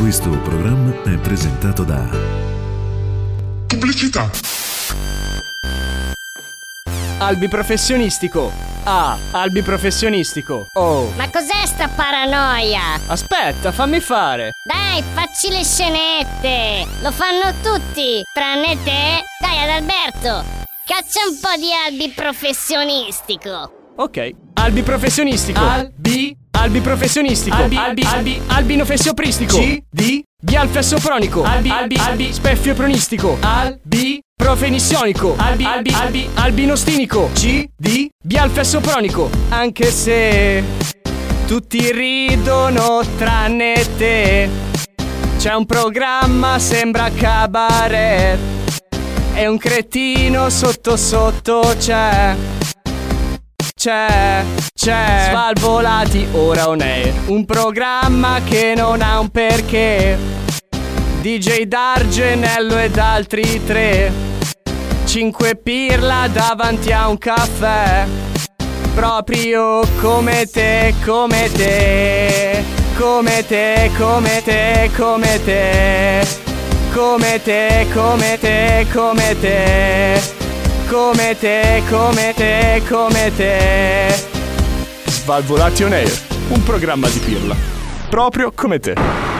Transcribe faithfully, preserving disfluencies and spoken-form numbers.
Questo programma è presentato da Pubblicità. Albi professionistico. Ah, Albi professionistico. Oh. Ma cos'è sta paranoia? Aspetta, fammi fare. Dai, facci le scenette. Lo fanno tutti, tranne te. Dai, Adalberto, caccia un po' di Albi professionistico. Ok. Albi professionistico. Albi. Albi professionistico. Albi. Albi. Albi. Albino fessiopristico. C. D. Bialfessopronico. Albi. Albi. Albi. Speffiopronistico. Albi. Profenissionico. Albi. Albi. Albi. Albinostinico. C. D. Bialfessopronico. Anche se tutti ridono tranne te. C'è un programma, sembra cabaret. E un cretino sotto sotto c'è. C'è, c'è Svalvolati ora on air. Un programma che non ha un perché. D J D'Argenello ed altri tre. Cinque pirla davanti a un caffè. Proprio come te, come te. Come te, come te, come te. Come te, come te, come te. Come te, come te, come te. Svalvolati on air, un programma di pirla, proprio come te.